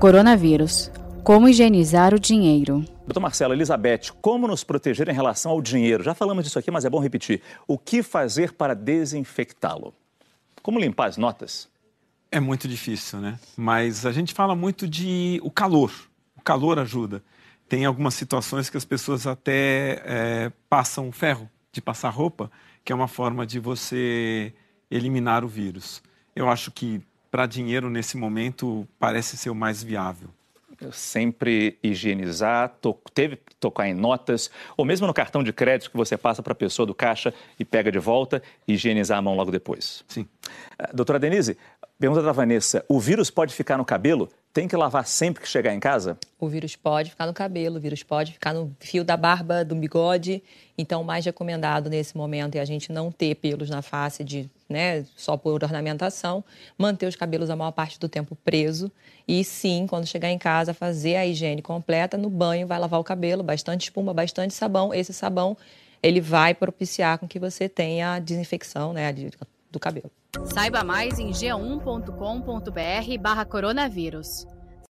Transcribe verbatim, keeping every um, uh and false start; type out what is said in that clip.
Coronavírus. Como higienizar o dinheiro? Doutor Marcelo, Elizabeth, como nos proteger em relação ao dinheiro? Já falamos disso aqui, mas é bom repetir. O que fazer para desinfectá-lo? Como limpar as notas? É muito difícil, né? Mas a gente fala muito de o calor. O calor ajuda. Tem algumas situações que as pessoas até é, passam ferro de passar roupa, que é uma forma de você eliminar o vírus. Eu acho que para dinheiro, nesse momento, parece ser o mais viável. Sempre higienizar, to teve que tocar em notas, ou mesmo no cartão de crédito que você passa para a pessoa do caixa e pega de volta, higienizar a mão logo depois. Sim. Uh, doutora Denise, pergunta da Vanessa, o vírus pode ficar no cabelo? Tem que lavar sempre que chegar em casa? O vírus pode ficar no cabelo, o vírus pode ficar no fio da barba, do bigode. Então, o mais recomendado nesse momento é a gente não ter pelos na face de, né, só por ornamentação, manter os cabelos a maior parte do tempo preso e sim, quando chegar em casa, fazer a higiene completa. No banho, vai lavar o cabelo, bastante espuma, bastante sabão. Esse sabão, ele vai propiciar com que você tenha a desinfecção, né, do cabelo. Saiba mais em g um ponto com ponto br barra coronavírus.